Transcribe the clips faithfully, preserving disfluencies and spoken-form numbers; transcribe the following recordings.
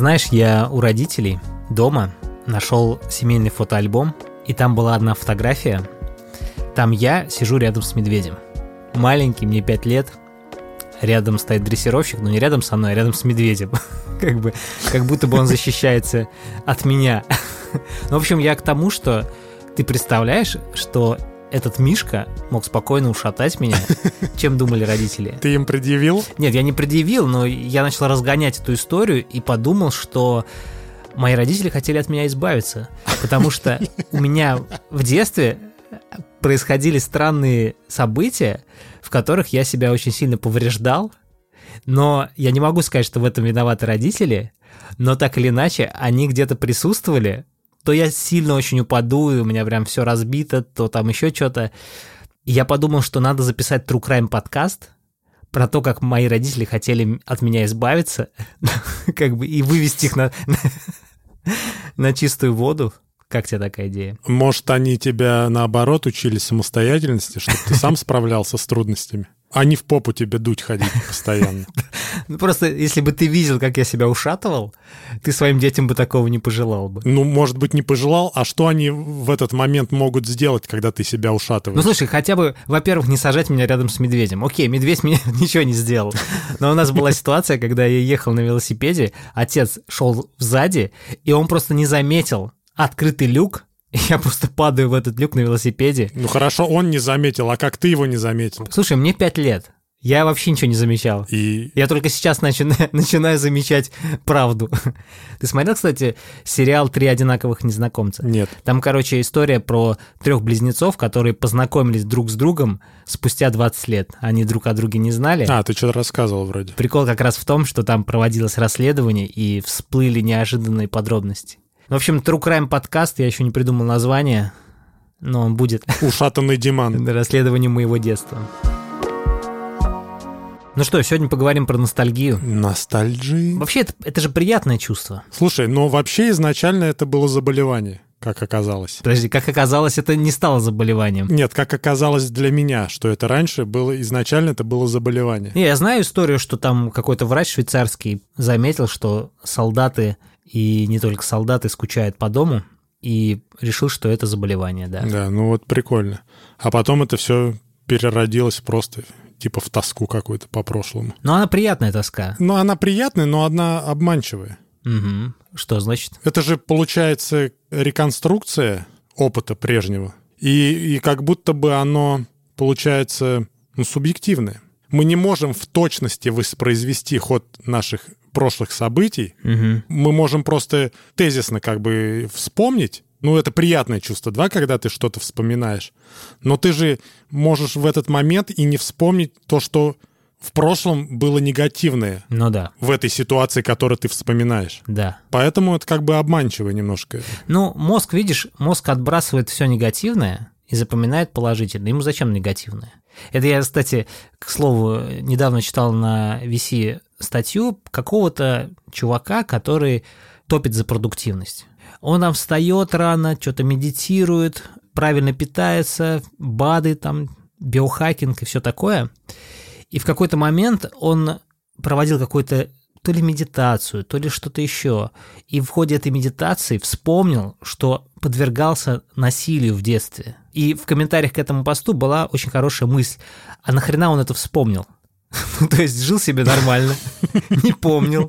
знаешь, я у родителей дома нашел семейный фотоальбом, и там была одна фотография. Там я сижу рядом с медведем. Маленький, мне пять лет. Рядом стоит дрессировщик, но не рядом со мной, а рядом с медведем. Как бы, как будто бы он защищается от меня. Ну, в общем, я к тому, что ты представляешь, что этот Мишка мог спокойно ушатать меня, чем думали родители. Ты им предъявил? Нет, я не предъявил, но я начал разгонять эту историю и подумал, что мои родители хотели от меня избавиться, потому что у меня в детстве происходили странные события, в которых я себя очень сильно повреждал, но я не могу сказать, что в этом виноваты родители, но так или иначе они где-то присутствовали. То я сильно очень упаду, и у меня прям все разбито, то там еще что-то. И я подумал, что надо записать True Crime подкаст про то, как мои родители хотели от меня избавиться, как бы и вывести их на, на чистую воду. Как тебе такая идея? Может, они тебя, наоборот, учили самостоятельности, чтобы ты сам справлялся с трудностями? А не в попу тебе дуть ходить постоянно. Ну, просто если бы ты видел, как я себя ушатывал, ты своим детям бы такого не пожелал бы. Ну, может быть, не пожелал, а что они в этот момент могут сделать, когда ты себя ушатываешь? Ну, слушай, хотя бы, во-первых, не сажать меня рядом с медведем. Окей, медведь мне ничего не сделал. Но у нас была ситуация, когда я ехал на велосипеде, отец шел сзади, и он просто не заметил открытый люк, и я просто падаю в этот люк на велосипеде. Ну хорошо, он не заметил, а как ты его не заметил? Слушай, мне пять лет. Я вообще ничего не замечал. И... Я только сейчас начинаю, начинаю замечать правду. Ты смотрел, кстати, сериал «Три одинаковых незнакомца»? Нет. Там, короче, история про трех близнецов, которые познакомились друг с другом спустя двадцать лет. Они друг о друге не знали. А, ты что-то рассказывал вроде. Прикол как раз в том, что там проводилось расследование, и всплыли неожиданные подробности. В общем, True Crime подкаст, я еще не придумал название, но он будет. Ушатанный Диман. Расследование моего детства. Ну что, сегодня поговорим про ностальгию. Ностальгия? Вообще, это, это же приятное чувство. Слушай, но вообще изначально это было заболевание, как оказалось. Подожди, как оказалось, это не стало заболеванием. Нет, как оказалось для меня, что это раньше было, изначально это было заболевание. Не, я знаю историю, что там какой-то врач швейцарский заметил, что солдаты, и не только солдаты, скучают по дому, и решил, что это заболевание, да. Да, ну вот прикольно. А потом это все переродилось просто типа в тоску какую-то по прошлому. Но она приятная тоска. Ну, она приятная, но она обманчивая. Угу. Что значит? Это же, получается, реконструкция опыта прежнего. И, и как будто бы оно, получается, ну, субъективное. Мы не можем в точности воспроизвести ход наших прошлых событий. Угу. Мы можем просто тезисно как бы вспомнить. Ну, это приятное чувство, да, когда ты что-то вспоминаешь. Но ты же можешь в этот момент и не вспомнить то, что в прошлом было негативное. Ну да. В этой ситуации, которую ты вспоминаешь. Да. Поэтому это как бы обманчиво немножко. Ну, мозг, видишь, мозг отбрасывает все негативное и запоминает положительное. Ему зачем негативное? Это я, кстати, к слову, недавно читал на ви си статью какого-то чувака, который топит за продуктивность. Он там встает рано, что-то медитирует, правильно питается, БАДы, там, биохакинг и все такое. И в какой-то момент он проводил какую-то то ли медитацию, то ли что-то еще. И в ходе этой медитации вспомнил, что подвергался насилию в детстве. И в комментариях к этому посту была очень хорошая мысль. А нахрена он это вспомнил? Ну, то есть жил себе нормально, не помнил,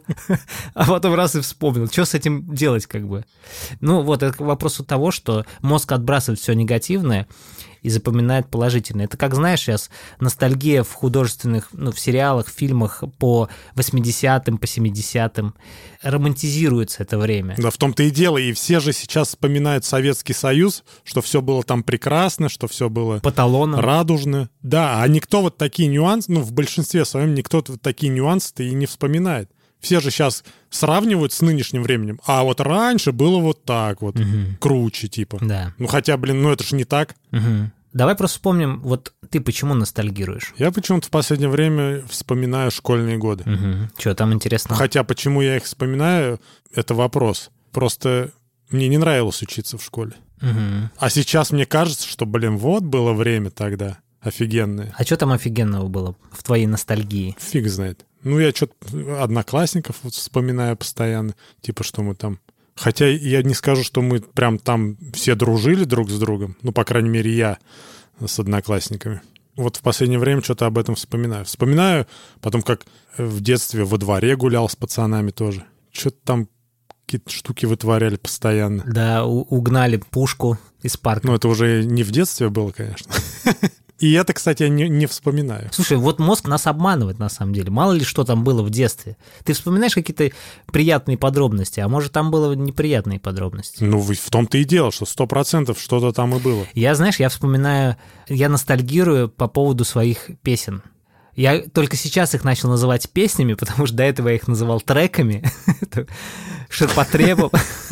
а потом раз и вспомнил. Что с этим делать, как бы? Ну, вот, это к вопросу того, что мозг отбрасывает все негативное и запоминает положительное. Это, как знаешь, сейчас ностальгия в художественных, ну, в сериалах, фильмах по восьмидесятым, по семидесятым. Романтизируется это время. Да, в том-то и дело. И все же сейчас вспоминают Советский Союз, что все было там прекрасно, что все было по талонам. Радужно. Да, а никто вот такие нюансы, ну, в большинстве своем никто вот такие нюансы-то и не вспоминает. Все же сейчас сравнивают с нынешним временем. А вот раньше было вот так вот, угу. круче типа. Да. Ну хотя, блин, ну это же не так. Угу. Давай просто вспомним, вот ты почему ностальгируешь? Я почему-то в последнее время вспоминаю школьные годы. Угу. Что там интересно? Хотя почему я их вспоминаю, это вопрос. Просто мне не нравилось учиться в школе. Угу. А сейчас мне кажется, что, блин, вот было время тогда. офигенные. А что там офигенного было в твоей ностальгии? Фиг знает. Ну, я что-то одноклассников вот вспоминаю постоянно, типа, что мы там... Хотя я не скажу, что мы прям там все дружили друг с другом, ну, по крайней мере, я с одноклассниками. Вот в последнее время что-то об этом вспоминаю. Вспоминаю потом, как в детстве во дворе гулял с пацанами тоже. Что-то там какие-то штуки вытворяли постоянно. Да, у- угнали пушку из парка. Ну, это уже не в детстве было, конечно. И это, кстати, я не, не вспоминаю. Слушай, вот мозг нас обманывает на самом деле. Мало ли что там было в детстве. Ты вспоминаешь какие-то приятные подробности, а может там было неприятные подробности. Ну, в том-то и дело, что сто процентов что-то там и было. Я, знаешь, я вспоминаю, я ностальгирую по поводу своих песен. Я только сейчас их начал называть песнями, потому что до этого я их называл треками, ширпотребом.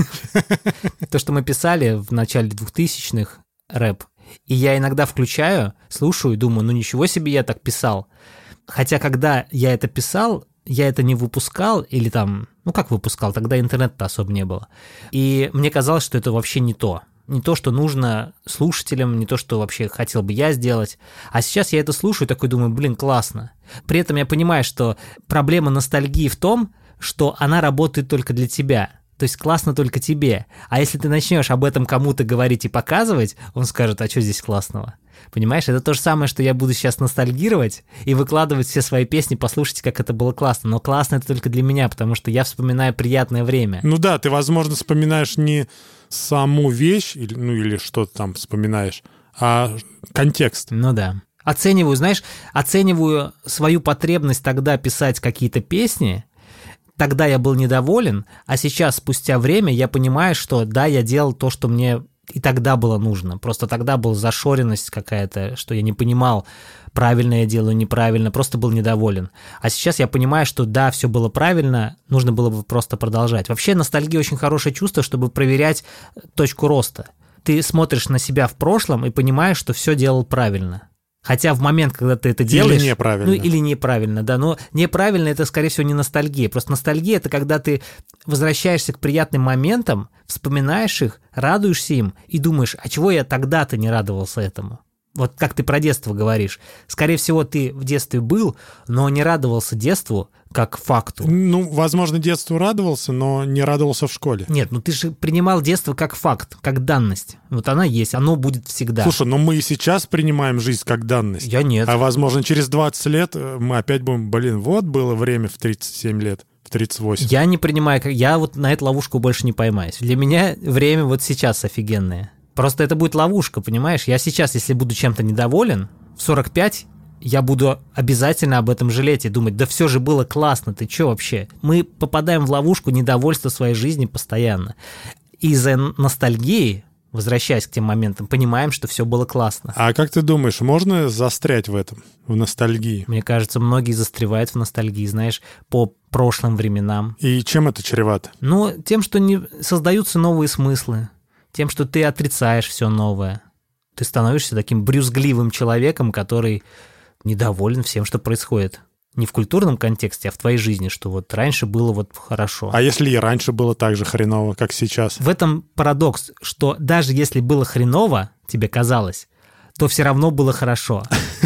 То, что мы писали в начале двухтысячных, рэп. И я иногда включаю, слушаю и думаю, ну ничего себе я так писал. Хотя когда я это писал, я это не выпускал или там, ну как выпускал, тогда интернета особо не было. И мне казалось, что это вообще не то. Не то, что нужно слушателям, не то, что вообще хотел бы я сделать. А сейчас я это слушаю и такой думаю, блин, классно. При этом я понимаю, что проблема ностальгии в том, что она работает только для тебя. То есть классно только тебе. А если ты начнешь об этом кому-то говорить и показывать, он скажет, а что здесь классного? Понимаешь, это то же самое, что я буду сейчас ностальгировать и выкладывать все свои песни, послушайте, как это было классно. Но классно это только для меня, потому что я вспоминаю приятное время. Ну да, ты, возможно, вспоминаешь не саму вещь, или, ну или что-то там вспоминаешь, а контекст. Ну да. Оцениваю, знаешь, оцениваю свою потребность тогда писать какие-то песни. Тогда я был недоволен, а сейчас, спустя время, я понимаю, что да, я делал то, что мне и тогда было нужно. Просто тогда была зашоренность какая-то, что я не понимал, правильно я делаю, неправильно, просто был недоволен. А сейчас я понимаю, что да, все было правильно, нужно было бы просто продолжать. Вообще ностальгия очень хорошее чувство, чтобы проверять точку роста. Ты смотришь на себя в прошлом и понимаешь, что все делал правильно. Хотя в момент, когда ты это делаешь... Или неправильно. Ну, или неправильно, да. Но неправильно — это, скорее всего, не ностальгия. Просто ностальгия — это когда ты возвращаешься к приятным моментам, вспоминаешь их, радуешься им и думаешь, а чего я тогда-то не радовался этому? Вот как ты про детство говоришь. Скорее всего, ты в детстве был, но не радовался детству как факту. Ну, возможно, детству радовался, но не радовался в школе. Нет, ну ты же принимал детство как факт, как данность. Вот она есть, оно будет всегда. Слушай, но мы и сейчас принимаем жизнь как данность. Я нет. А, возможно, через двадцать лет мы опять будем, блин, вот было время в тридцать семь лет, в тридцать восемь. Я не принимаю, как я вот на эту ловушку больше не поймаюсь. Для меня время вот сейчас офигенное. Просто это будет ловушка, понимаешь? Я сейчас, если буду чем-то недоволен, в сорок пять я буду обязательно об этом жалеть и думать, да все же было классно, ты чё вообще? Мы попадаем в ловушку недовольства своей жизни постоянно. Из-за ностальгии, возвращаясь к тем моментам, понимаем, что все было классно. А как ты думаешь, можно застрять в этом, в ностальгии? Мне кажется, многие застревают в ностальгии, знаешь, по прошлым временам. И чем это чревато? Ну, тем, что не создаются новые смыслы. Тем, что ты отрицаешь все новое. Ты становишься таким брюзгливым человеком, который недоволен всем, что происходит. Не в культурном контексте, а в твоей жизни, что вот раньше было вот хорошо. А если и раньше было так же хреново, как сейчас? В этом парадокс, что даже если было хреново, тебе казалось, то все равно было хорошо.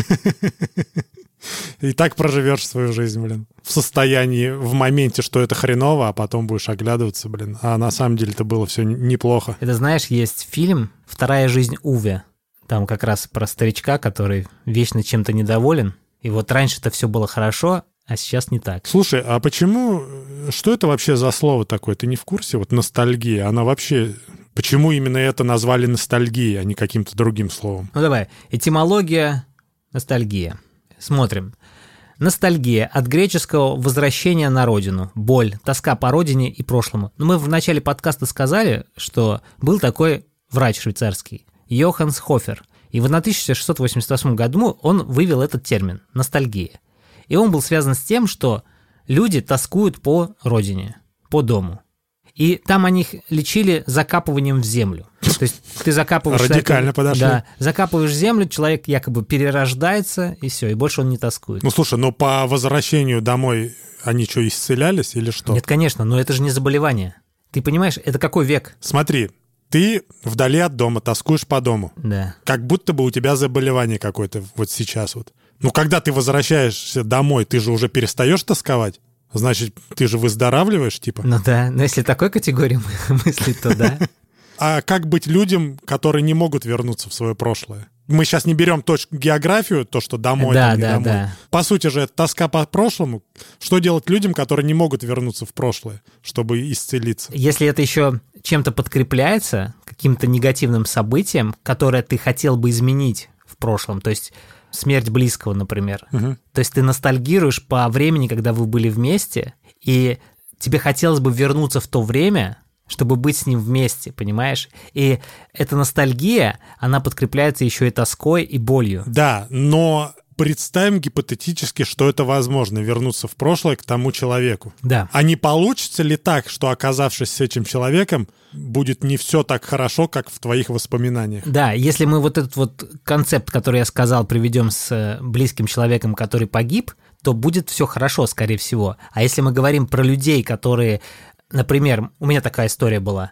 И так проживешь свою жизнь, блин. В состоянии, в моменте, что это хреново, а потом будешь оглядываться, блин. А на самом деле это было все неплохо. Это, знаешь, есть фильм «Вторая жизнь Уве». Там как раз про старичка, который вечно чем-то недоволен. И вот раньше-то все было хорошо, а сейчас не так. Слушай, а почему... Что это вообще за слово такое? Ты не в курсе? Вот ностальгия, она вообще... Почему именно это назвали ностальгией, а не каким-то другим словом? Ну давай, этимология ностальгия. Смотрим. Ностальгия от греческого возвращения на родину, боль, тоска по родине и прошлому. Но мы в начале подкаста сказали, что был такой врач швейцарский, Йоханс Хофер, и в тысяча шестьсот восемьдесят восьмом году он вывел этот термин – ностальгия. И он был связан с тем, что люди тоскуют по родине, по дому. И там они их лечили закапыванием в землю. То есть ты закапываешь... Радикально подошли. Да, закапываешь в землю, человек якобы перерождается, и все, и больше он не тоскует. Ну, слушай, но по возвращению домой они что, исцелялись или что? Нет, конечно, но это же не заболевание. Ты понимаешь, это какой век? Смотри, Ты вдали от дома, тоскуешь по дому. Да. Как будто бы у тебя заболевание какое-то вот сейчас вот. Ну, когда ты возвращаешься домой, ты же уже перестаешь тосковать? Значит, ты же выздоравливаешь, типа? Ну да, но если такой категории мыслей, то да. А как быть людям, которые не могут вернуться в свое прошлое? Мы сейчас не берем точку географию, то, что домой, да, там, не да, домой. Да. По сути же, это тоска по прошлому. Что делать людям, которые не могут вернуться в прошлое, чтобы исцелиться? Если это еще чем-то подкрепляется, каким-то негативным событием, которое ты хотел бы изменить в прошлом, то есть смерть близкого, например. Угу. То есть ты ностальгируешь по времени, когда вы были вместе, и тебе хотелось бы вернуться в то время, чтобы быть с ним вместе, понимаешь? И эта ностальгия, она подкрепляется еще и тоской, и болью. Да, но представим гипотетически, что это возможно, вернуться в прошлое к тому человеку. Да. А не получится ли так, что, оказавшись с этим человеком, будет не все так хорошо, как в твоих воспоминаниях? Да, если мы вот этот вот концепт, который я сказал, приведем с близким человеком, который погиб, то будет все хорошо, скорее всего. А если мы говорим про людей, которые... Например, у меня такая история была.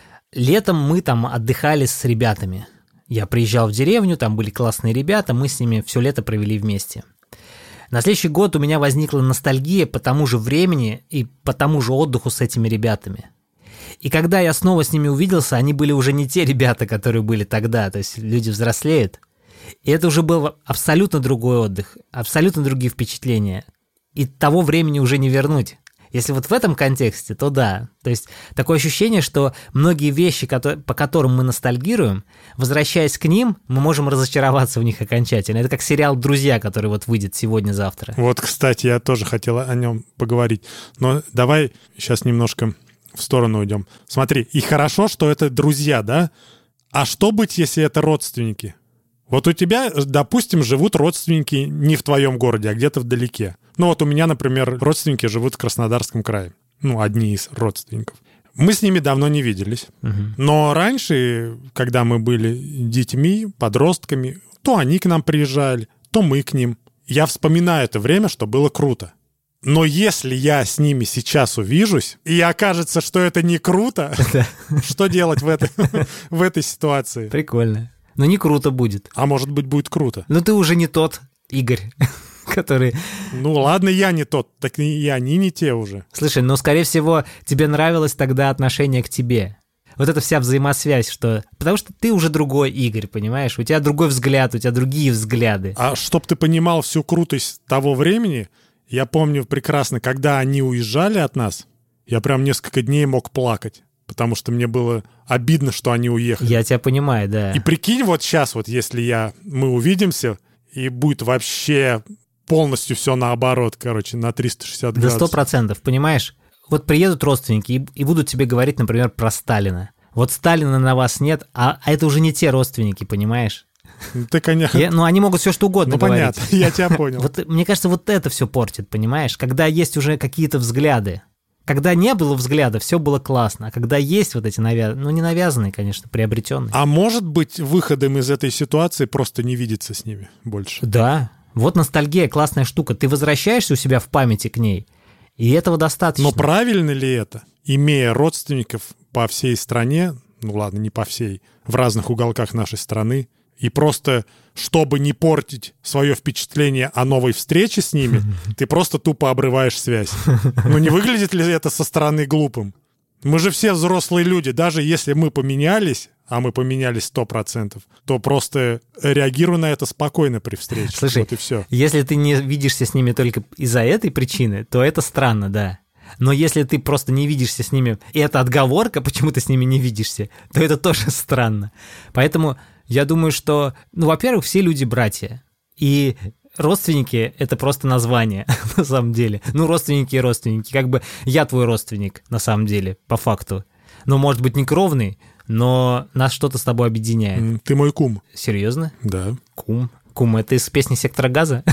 Летом мы там отдыхали с ребятами. Я приезжал в деревню, там были классные ребята, мы с ними все лето провели вместе. На следующий год у меня возникла ностальгия по тому же времени и по тому же отдыху с этими ребятами. И когда я снова с ними увиделся, они были уже не те ребята, которые были тогда, то есть люди взрослеют. И это уже был абсолютно другой отдых, абсолютно другие впечатления. И того времени уже не вернуть. Если вот в этом контексте, то да. То есть такое ощущение, что многие вещи, по которым мы ностальгируем, возвращаясь к ним, мы можем разочароваться в них окончательно. Это как сериал «Друзья», который вот выйдет сегодня-завтра. Вот, кстати, я тоже хотел о нем поговорить. Но давай сейчас немножко в сторону уйдем. Смотри, и хорошо, что это друзья, да? А что быть, если это родственники? Вот у тебя, допустим, живут родственники не в твоем городе, а где-то вдалеке. Ну вот у меня, например, родственники живут в Краснодарском крае. Ну, одни из родственников. Мы с ними давно не виделись. Угу. Но раньше, когда мы были детьми, подростками, то они к нам приезжали, то мы к ним. Я вспоминаю это время, что было круто. Но если я с ними сейчас увижусь, и окажется, что это не круто, что делать в этой ситуации? Прикольно. Но не круто будет. А может быть, будет круто. Но ты уже не тот Игорь, который... Ну ладно, я не тот, так и они не те уже. Слушай, ну, скорее всего, тебе нравилось тогда отношение к тебе. Вот эта вся взаимосвязь, что... Потому что ты уже другой Игорь, понимаешь? У тебя другой взгляд, у тебя другие взгляды. А чтоб ты понимал всю крутость того времени, я помню прекрасно, когда они уезжали от нас, я прям несколько дней мог плакать. Потому что мне было обидно, что они уехали. Я тебя понимаю, да. И прикинь, вот сейчас, вот если я, мы увидимся, и будет вообще полностью все наоборот, короче, на триста шестьдесят градусов. Да сто процентов, понимаешь? Вот приедут родственники и, и будут тебе говорить, например, про Сталина. Вот Сталина на вас нет, а, а это уже не те родственники, понимаешь? Ты, конечно... Я, ну, они могут все что угодно ну, говорить. понятно, я тебя понял. Вот, мне кажется, вот это все портит, понимаешь? Когда есть уже какие-то взгляды. Когда не было взгляда, все было классно. А когда есть вот эти навязанные, ну не навязанные, конечно, приобретенные. А может быть, выходом из этой ситуации просто не видеться с ними больше? Да. Вот ностальгия, классная штука. Ты возвращаешься у себя в памяти к ней, и этого достаточно. Но правильно ли это, имея родственников по всей стране, ну ладно, не по всей, в разных уголках нашей страны, и просто, чтобы не портить свое впечатление о новой встрече с ними, ты просто тупо обрываешь связь. Ну не выглядит ли это со стороны глупым? Мы же все взрослые люди, даже если мы поменялись, а мы поменялись сто процентов, то просто реагируй на это спокойно при встрече. Слушай, вот и все. Если ты не видишься с ними только из-за этой причины, то это странно, да. Но если ты просто не видишься с ними, и это отговорка, почему ты с ними не видишься, то это тоже странно. Поэтому я думаю, что, ну, во-первых, все люди братья. И родственники — это просто название, на самом деле. Ну, родственники и родственники. Как бы я твой родственник, на самом деле, по факту. Ну, может быть, не кровный, но нас что-то с тобой объединяет. Ты мой кум. Серьезно? Да. Кум. Кум — это из песни «Сектора газа»?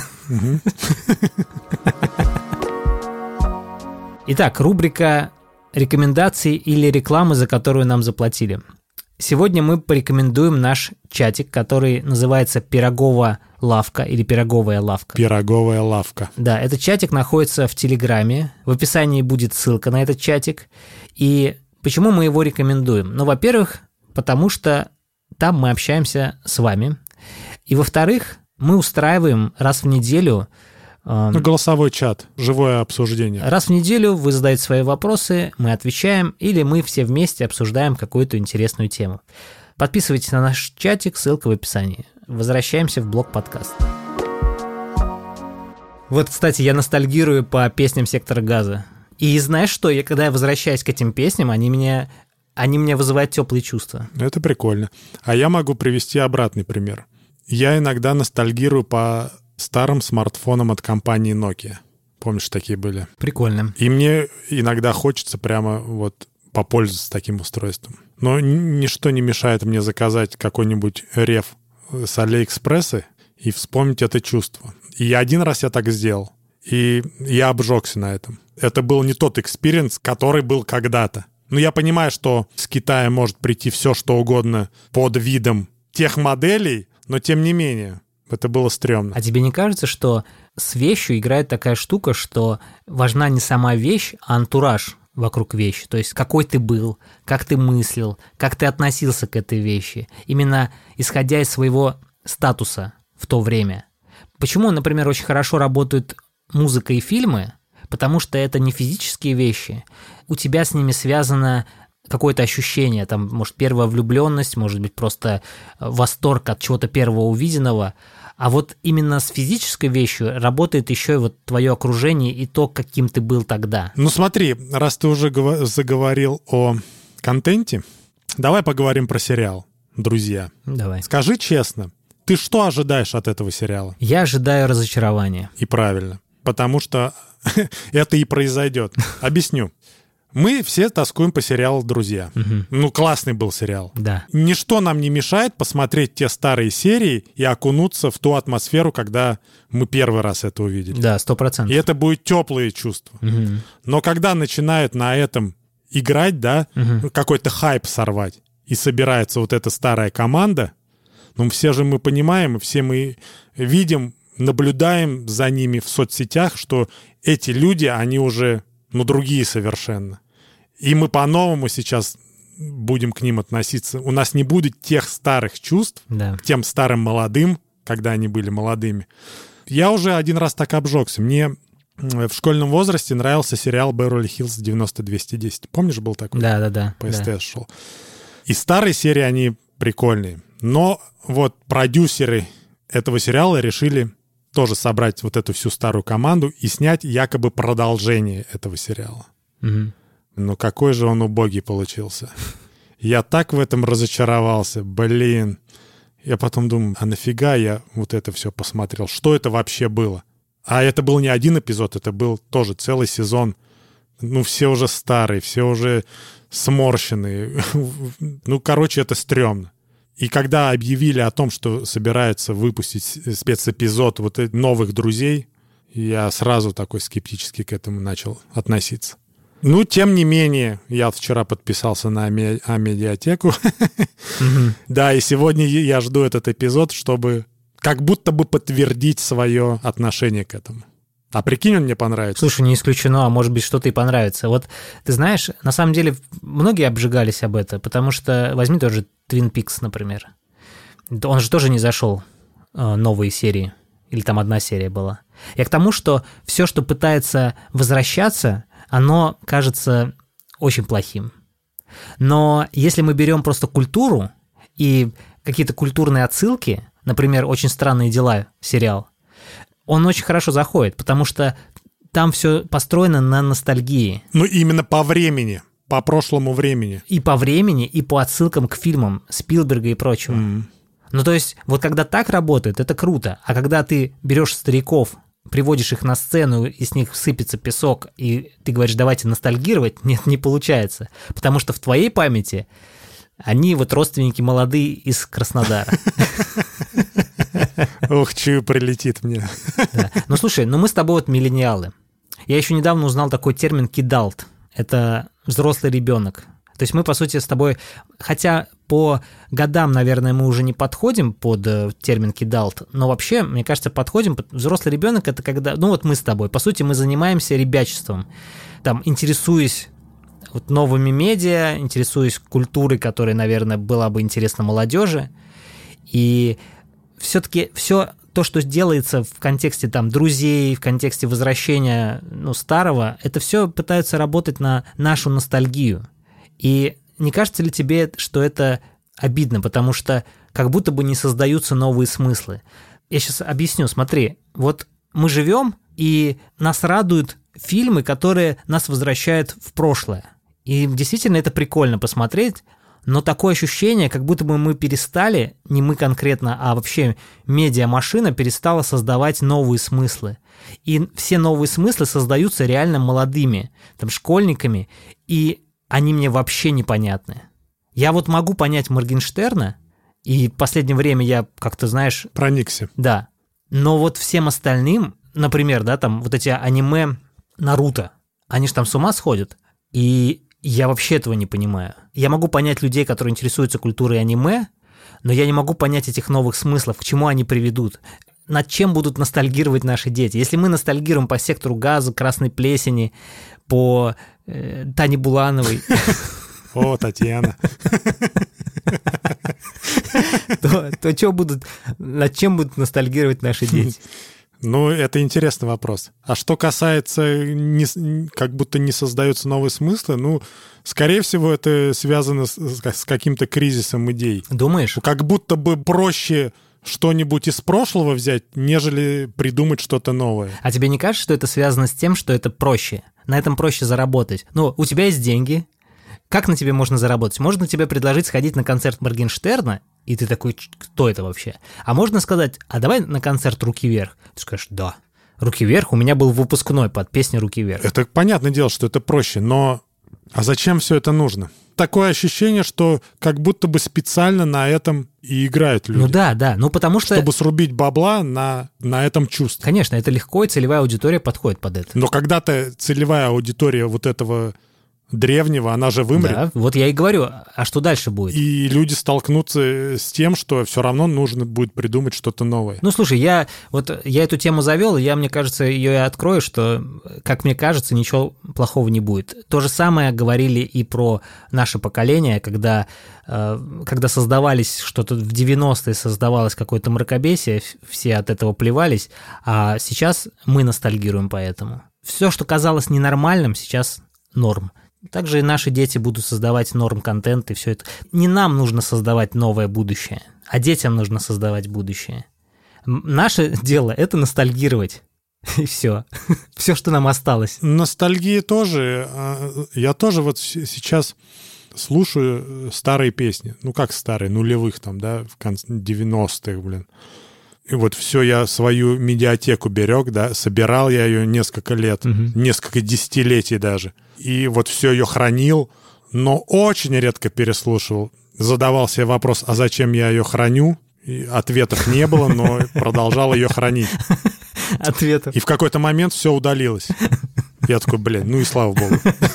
Итак, рубрика «Рекомендации или рекламы, за которую нам заплатили». Сегодня мы порекомендуем наш чатик, который называется «Пирогова лавка» или «Пироговая лавка». Пироговая лавка. Да, этот чатик находится в Телеграме. В описании будет ссылка на этот чатик. И почему мы его рекомендуем? Ну, во-первых, потому что там мы общаемся с вами. И, во-вторых, мы устраиваем раз в неделю... Ну, голосовой чат, живое обсуждение. Раз в неделю вы задаете свои вопросы, мы отвечаем, или мы все вместе обсуждаем какую-то интересную тему. Подписывайтесь на наш чатик, ссылка в описании. Возвращаемся в блок подкаст. Вот, кстати, я ностальгирую по песням «Сектора газа». И знаешь что, я, когда я возвращаюсь к этим песням, они меня, они меня вызывают теплые чувства. Это прикольно. А я могу привести обратный пример. Я иногда ностальгирую по старым смартфонам от компании Nokia. Помнишь, такие были? Прикольно. И мне иногда хочется прямо вот попользоваться таким устройством. Но ничто не мешает мне заказать какой-нибудь рев с Алиэкспресса и вспомнить это чувство. И один раз я так сделал, и я обжегся на этом. Это был не тот экспириенс, который был когда-то. Но я понимаю, что с Китая может прийти все, что угодно под видом тех моделей, но тем не менее, это было стрёмно. А тебе не кажется, что с вещью играет такая штука, что важна не сама вещь, а антураж вокруг вещи? То есть какой ты был, как ты мыслил, как ты относился к этой вещи, именно исходя из своего статуса в то время. Почему, например, очень хорошо работают музыка и фильмы? Потому что это не физические вещи. У тебя с ними связано какое-то ощущение, там, может, первая влюбленность, может быть, просто восторг от чего-то первого увиденного. А вот именно с физической вещью работает еще и вот твое окружение и то, каким ты был тогда. Ну смотри, раз ты уже заговорил о контенте, давай поговорим про сериал, друзья. Давай. Скажи честно, ты что ожидаешь от этого сериала? Я ожидаю разочарования. И правильно, потому что это и произойдет. Объясню. Мы все тоскуем по сериалу «Друзья». Угу. Ну, классный был сериал. Да. Ничто нам не мешает посмотреть те старые серии и окунуться в ту атмосферу, когда мы первый раз это увидели. Да, сто процентов. И это будет теплые чувства. Угу. Но когда начинают на этом играть, да, угу. какой-то хайп сорвать, и собирается вот эта старая команда, ну, все же мы понимаем, и все мы видим, наблюдаем за ними в соцсетях, что эти люди, они уже, ну, другие совершенно. И мы по-новому сейчас будем к ним относиться. У нас не будет тех старых чувств, да. к тем старым молодым, когда они были молодыми. Я уже один раз так обжегся. Мне в школьном возрасте нравился сериал «Беверли-Хиллз девяносто двести десять». Помнишь, был такой? Да-да-да. По СТС шел. И старые серии, они прикольные. Но вот продюсеры этого сериала решили тоже собрать вот эту всю старую команду и снять якобы продолжение этого сериала. Угу. Но какой же он убогий получился. Я так в этом разочаровался. Блин. Я потом думаю, а нафига я вот это все посмотрел? Что это вообще было? А это был не один эпизод, это был тоже целый сезон. Ну, все уже старые, все уже сморщенные. Ну, короче, это стрёмно. И когда объявили о том, что собираются выпустить спецэпизод вот новых «Друзей», я сразу такой скептически к этому начал относиться. Ну, тем не менее, я вчера подписался на А-медиатеку. Да, и сегодня я жду этот эпизод, чтобы как будто бы подтвердить свое отношение к этому. А прикинь, он мне понравится. Слушай, не исключено, а может быть, что-то и понравится. Вот ты знаешь, на самом деле многие обжигались об это, потому что возьми тот же Twin Peaks, например. Он же тоже не зашел, новые серии, или там одна серия была. Я к тому, что все, что пытается возвращаться, оно кажется очень плохим. Но если мы берем просто культуру и какие-то культурные отсылки, например, «Очень странные дела» сериал, он очень хорошо заходит, потому что там все построено на ностальгии. Ну, именно по времени, по прошлому времени. И по времени, и по отсылкам к фильмам Спилберга и прочего. Mm. Ну, то есть, вот когда так работает, это круто. А когда ты берешь стариков, приводишь их на сцену, и с них сыпется песок, и ты говоришь, давайте ностальгировать, нет, не получается. Потому что в твоей памяти они вот родственники молодые из Краснодара. Ух, чую, прилетит мне. Да. Ну, слушай, ну мы с тобой вот миллениалы. Я еще недавно узнал такой термин «кидалт». Это взрослый ребенок. То есть мы, по сути, с тобой, хотя по годам, наверное, мы уже не подходим под термин «кидалт», но вообще, мне кажется, подходим. Взрослый ребенок — это когда, ну вот мы с тобой, по сути, мы занимаемся ребячеством, там, интересуясь вот новыми медиа, интересуюсь культурой, которая, наверное, была бы интересна молодежи. И все-таки все то, что делается в контексте там друзей, в контексте возвращения ну, старого, это все пытаются работать на нашу ностальгию. И не кажется ли тебе, что это обидно, потому что как будто бы не создаются новые смыслы? Я сейчас объясню, смотри, вот мы живем, и нас радуют фильмы, которые нас возвращают в прошлое. И действительно это прикольно посмотреть, но такое ощущение, как будто бы мы перестали, не мы конкретно, а вообще медиамашина перестала создавать новые смыслы. И все новые смыслы создаются реально молодыми, там, школьниками, и они мне вообще непонятны. Я вот могу понять Моргенштерна, и в последнее время я как-то, знаешь... Проникся. Да. Но вот всем остальным, например, да, там вот эти аниме Наруто, они же там с ума сходят, и я вообще этого не понимаю. Я могу понять людей, которые интересуются культурой аниме, но я не могу понять этих новых смыслов, к чему они приведут, над чем будут ностальгировать наши дети. Если мы ностальгируем по «Сектору газа», «Красной плесени», по э, Тане Булановой... О, Татьяна. То, то что будут, над чем будут ностальгировать наши дети? Ну, это интересный вопрос. А что касается, не, как будто не создаются новые смыслы, ну, скорее всего, это связано с, с каким-то кризисом идей. Думаешь? Как будто бы проще что-нибудь из прошлого взять, нежели придумать что-то новое. А тебе не кажется, что это связано с тем, что это проще? На этом проще заработать. Ну, у тебя есть деньги. Как на тебе можно заработать? Можно тебе предложить сходить на концерт Моргенштерна, и ты такой, кто это вообще? А можно сказать, а давай на концерт «Руки вверх». Ты скажешь, да. «Руки вверх» у меня был выпускной под песню «Руки вверх». Это понятное дело, что это проще, но а зачем все это нужно? Такое ощущение, что как будто бы специально на этом и играют люди. Ну да, да, ну потому что... Чтобы срубить бабла на, на этом чувстве. Конечно, это легко, и целевая аудитория подходит под это. Но когда-то целевая аудитория вот этого... древнего, она же вымрет. Да, вот я и говорю, а что дальше будет? И люди столкнутся с тем, что все равно нужно будет придумать что-то новое. Ну, слушай, я вот я эту тему завел, и я, мне кажется, ее и открою, что, как мне кажется, ничего плохого не будет. То же самое говорили и про наше поколение, когда, когда создавались что-то в девяностые, создавалось какое-то мракобесие, все от этого плевались, а сейчас мы ностальгируем по этому. Все, что казалось ненормальным, сейчас норм. Также и наши дети будут создавать норм-контент и все это. Не нам нужно создавать новое будущее, а детям нужно создавать будущее. Наше дело – это ностальгировать. И все. Все, что нам осталось. Ностальгия тоже. Я тоже вот сейчас слушаю старые песни. Ну, как старые, нулевых там, да, в конце девяностых, блин. И вот все, я свою медиатеку берег, да, собирал я ее несколько лет, угу. несколько десятилетий даже. И вот все ее хранил, но очень редко переслушивал. Задавал себе вопрос, а зачем я ее храню? И ответов не было, но продолжал ее хранить. Ответов. И в какой-то момент все удалилось. Я такой, блин, ну и слава богу.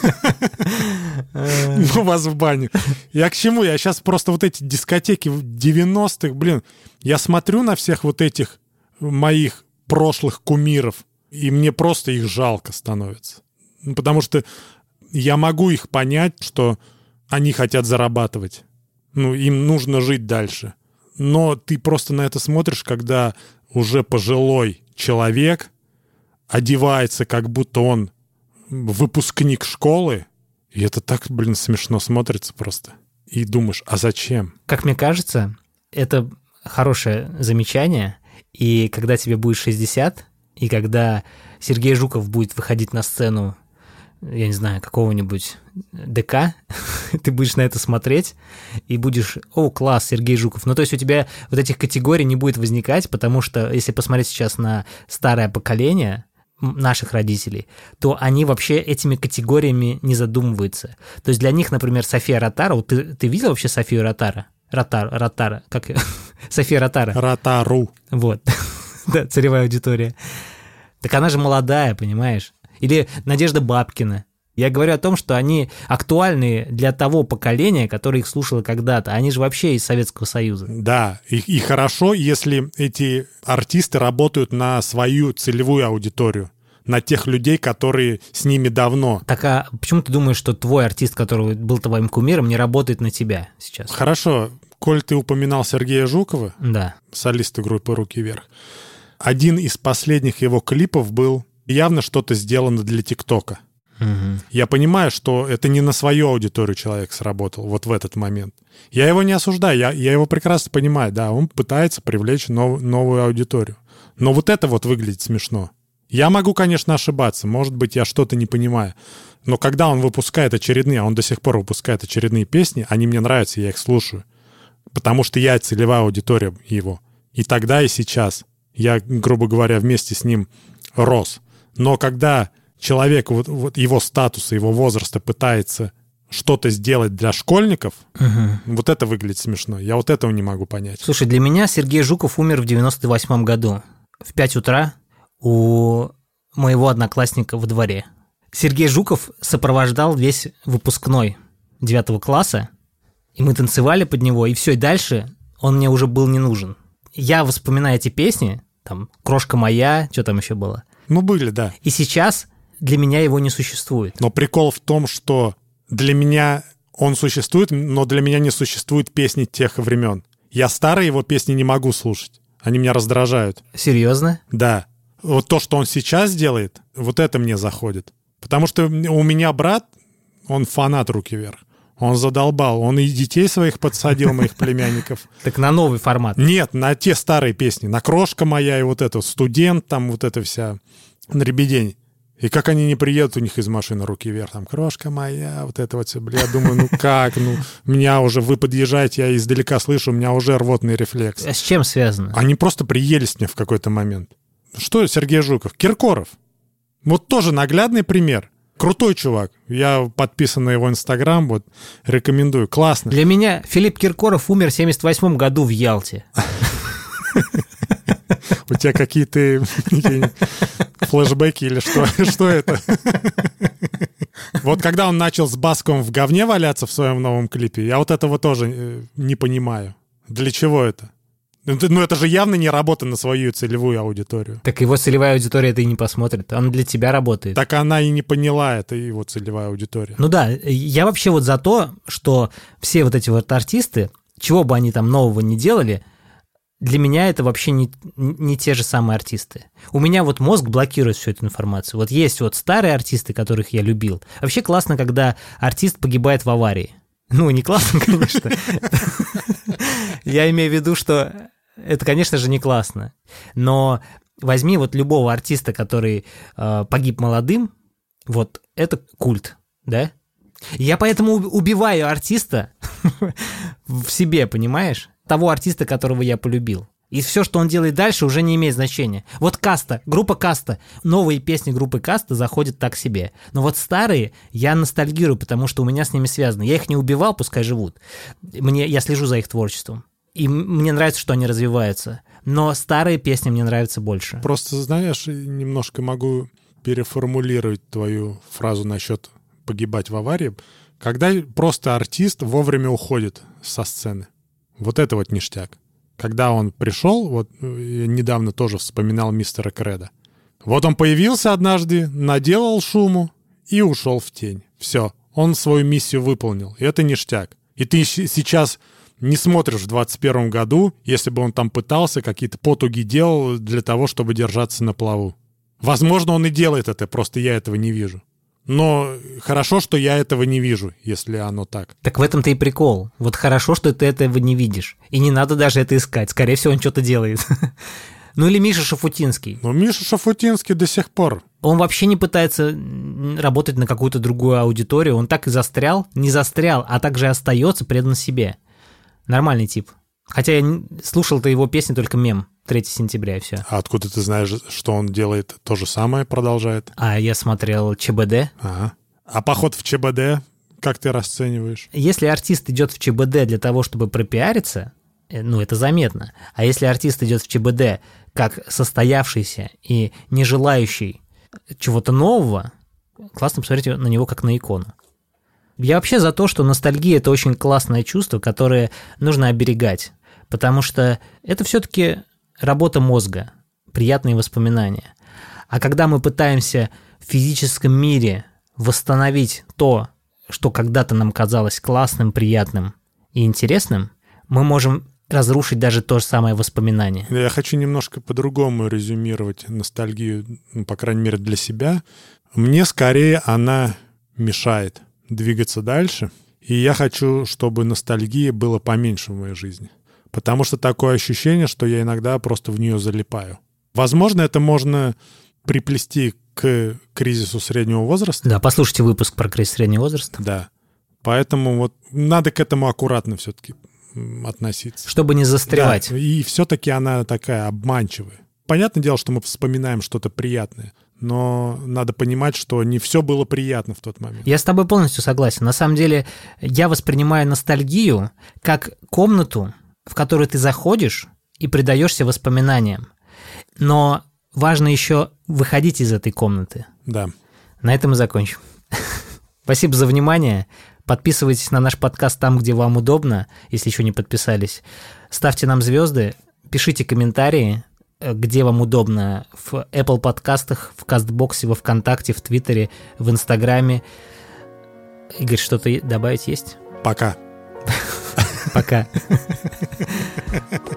Ну вас в баню. Я к чему? Я сейчас просто вот эти дискотеки девяностых, блин, я смотрю на всех вот этих моих прошлых кумиров, и мне просто их жалко становится. Потому что я могу их понять, что они хотят зарабатывать. Ну, им нужно жить дальше. Но ты просто на это смотришь, когда уже пожилой человек одевается, как будто он выпускник школы, и это так, блин, смешно смотрится просто. И думаешь, а зачем? Как мне кажется, это хорошее замечание, и когда тебе будет шестьдесят, и когда Сергей Жуков будет выходить на сцену, я не знаю, какого-нибудь ДК, ты будешь на это смотреть и будешь, о, класс, Сергей Жуков. Ну, то есть у тебя вот этих категорий не будет возникать, потому что если посмотреть сейчас на старое поколение наших родителей, то они вообще этими категориями не задумываются. То есть для них, например, София Ротару, вот ты, ты видел вообще Софию Ротару? Ротар, Ротара, как ее? София Ротару. Ротару. Вот, да, целевая аудитория. Так она же молодая, понимаешь? Или Надежда Бабкина. Я говорю о том, что они актуальны для того поколения, которое их слушало когда-то. Они же вообще из Советского Союза. Да, и, и хорошо, если эти артисты работают на свою целевую аудиторию. на тех людей, которые с ними давно. Так а почему ты думаешь, что твой артист, который был твоим кумиром, не работает на тебя сейчас? Хорошо, коль ты упоминал Сергея Жукова, да. солиста группы «Руки вверх», один из последних его клипов был явно что-то сделано для ТикТока. Угу. Я понимаю, что это не на свою аудиторию человек сработал вот в этот момент. Я его не осуждаю, я, я его прекрасно понимаю, да, он пытается привлечь нов, новую аудиторию. Но вот это вот выглядит смешно. Я могу, конечно, ошибаться, может быть, я что-то не понимаю, но когда он выпускает очередные, а он до сих пор выпускает очередные песни, они мне нравятся, я их слушаю, потому что я целевая аудитория его. И тогда, и сейчас. Я, грубо говоря, вместе с ним рос. Но когда человек вот, вот его статуса, его возраста пытается что-то сделать для школьников, угу. вот это выглядит смешно. Я вот этого не могу понять. Слушай, для меня Сергей Жуков умер в девяносто восьмом году. В пять утра у моего одноклассника во дворе. Сергей Жуков сопровождал весь выпускной девятого класса, и мы танцевали под него, и все, и дальше он мне уже был не нужен. Я вспоминаю эти песни, там «Крошка моя», что там еще было. Ну, были, да. И сейчас для меня его не существует. Но прикол в том, что для меня он существует, но для меня не существует песни тех времен. Я старые его песни не могу слушать. Они меня раздражают. Серьезно? Да. Вот то, что он сейчас делает, вот это мне заходит. Потому что у меня брат, он фанат «Руки вверх». Он задолбал. Он и детей своих подсадил, моих племянников. Так на новый формат? Нет, на те старые песни. На «Крошка моя» и вот это. «Студент», там вот это вся. «Дребедень». И как они не приедут, у них из машины «Руки вверх». Там «Крошка моя», вот это вот все. Бля, я думаю, ну как? Ну, меня уже, вы подъезжаете, я издалека слышу, у меня уже рвотный рефлекс. А с чем связано? Они просто приелись мне в какой-то момент. Что Сергей Жуков? Киркоров. Вот тоже наглядный пример. Крутой чувак. Я подписан на его Инстаграм, вот, рекомендую. Классно. Для меня Филипп Киркоров умер в семьдесят восьмом году в Ялте. У тебя какие-то флешбеки или что? Что это? Вот когда он начал с Басковым в говне валяться в своем новом клипе, я вот этого тоже не понимаю. Для чего это? Ну, это же явно не работа на свою целевую аудиторию. Так его целевая аудитория это и не посмотрит. Он для тебя работает. Так она и не поняла, это его целевая аудитория. Ну да, я вообще вот за то, что все вот эти вот артисты, чего бы они там нового не делали, для меня это вообще не, не те же самые артисты. У меня вот мозг блокирует всю эту информацию. Вот есть вот старые артисты, которых я любил. Вообще классно, когда артист погибает в аварии. Ну, не классно, конечно. Я имею в виду, что это, конечно же, не классно. Но возьми вот любого артиста, который э, погиб молодым, вот это культ, да? Я поэтому убиваю артиста в себе, понимаешь? Того артиста, которого я полюбил. И все, что он делает дальше, уже не имеет значения. Вот Каста, группа Каста. Новые песни группы Каста заходят так себе. Но вот старые я ностальгирую, потому что у меня с ними связано. Я их не убивал, пускай живут. Мне, я слежу за их творчеством. И мне нравится, что они развиваются. Но старые песни мне нравятся больше. Просто, знаешь, немножко могу переформулировать твою фразу насчет погибать в аварии. Когда просто артист вовремя уходит со сцены. Вот это вот ништяк. Когда он пришел, вот я недавно тоже вспоминал мистера Кредо. Вот он появился однажды, наделал шуму и ушел в тень. Все, он свою миссию выполнил. И это ништяк. И ты сейчас не смотришь в двадцать первом году, если бы он там пытался, какие-то потуги делал для того, чтобы держаться на плаву. Возможно, он и делает это, просто я этого не вижу. Но хорошо, что я этого не вижу, если оно так. Так в этом-то и прикол. Вот хорошо, что ты этого не видишь. И не надо даже это искать. Скорее всего, он что-то делает. Ну или Миша Шафутинский. Ну Миша Шафутинский до сих пор. Он вообще не пытается работать на какую-то другую аудиторию. Он так и застрял. Не застрял, а также остается предан себе. Нормальный тип. Хотя я слушал-то его песни только мем. третьего сентября и все. А откуда ты знаешь, что он делает то же самое, продолжает? А я смотрел ЧБД. Ага. А поход в ЧБД как ты расцениваешь? Если артист идет в ЧБД для того, чтобы пропиариться, ну, это заметно. А если артист идет в ЧБД как состоявшийся и не желающий чего-то нового, классно посмотреть на него как на икону. Я вообще за то, что ностальгия – это очень классное чувство, которое нужно оберегать, потому что это все-таки работа мозга, приятные воспоминания. А когда мы пытаемся в физическом мире восстановить то, что когда-то нам казалось классным, приятным и интересным, мы можем разрушить даже то же самое воспоминание. Я хочу немножко по-другому резюмировать ностальгию, ну, по крайней мере, для себя. Мне скорее она мешает двигаться дальше, и я хочу, чтобы ностальгии было поменьше в моей жизни. Потому что такое ощущение, что я иногда просто в нее залипаю. Возможно, это можно приплести к кризису среднего возраста. Да, послушайте выпуск про кризис среднего возраста. Да. Поэтому вот надо к этому аккуратно все-таки относиться. Чтобы не застревать. Да, и все-таки она такая обманчивая. Понятное дело, что мы вспоминаем что-то приятное, но надо понимать, что не все было приятно в тот момент. Я с тобой полностью согласен. На самом деле, я воспринимаю ностальгию как комнату, в которую ты заходишь и предаешься воспоминаниям. Но важно еще выходить из этой комнаты. Да. На этом и закончим. Спасибо за внимание. Подписывайтесь на наш подкаст там, где вам удобно, если еще не подписались. Ставьте нам звезды, пишите комментарии, где вам удобно, в Apple подкастах, в Кастбоксе, во Вконтакте, в Твиттере, в Инстаграме. Игорь, что-то добавить есть? Пока. Пока.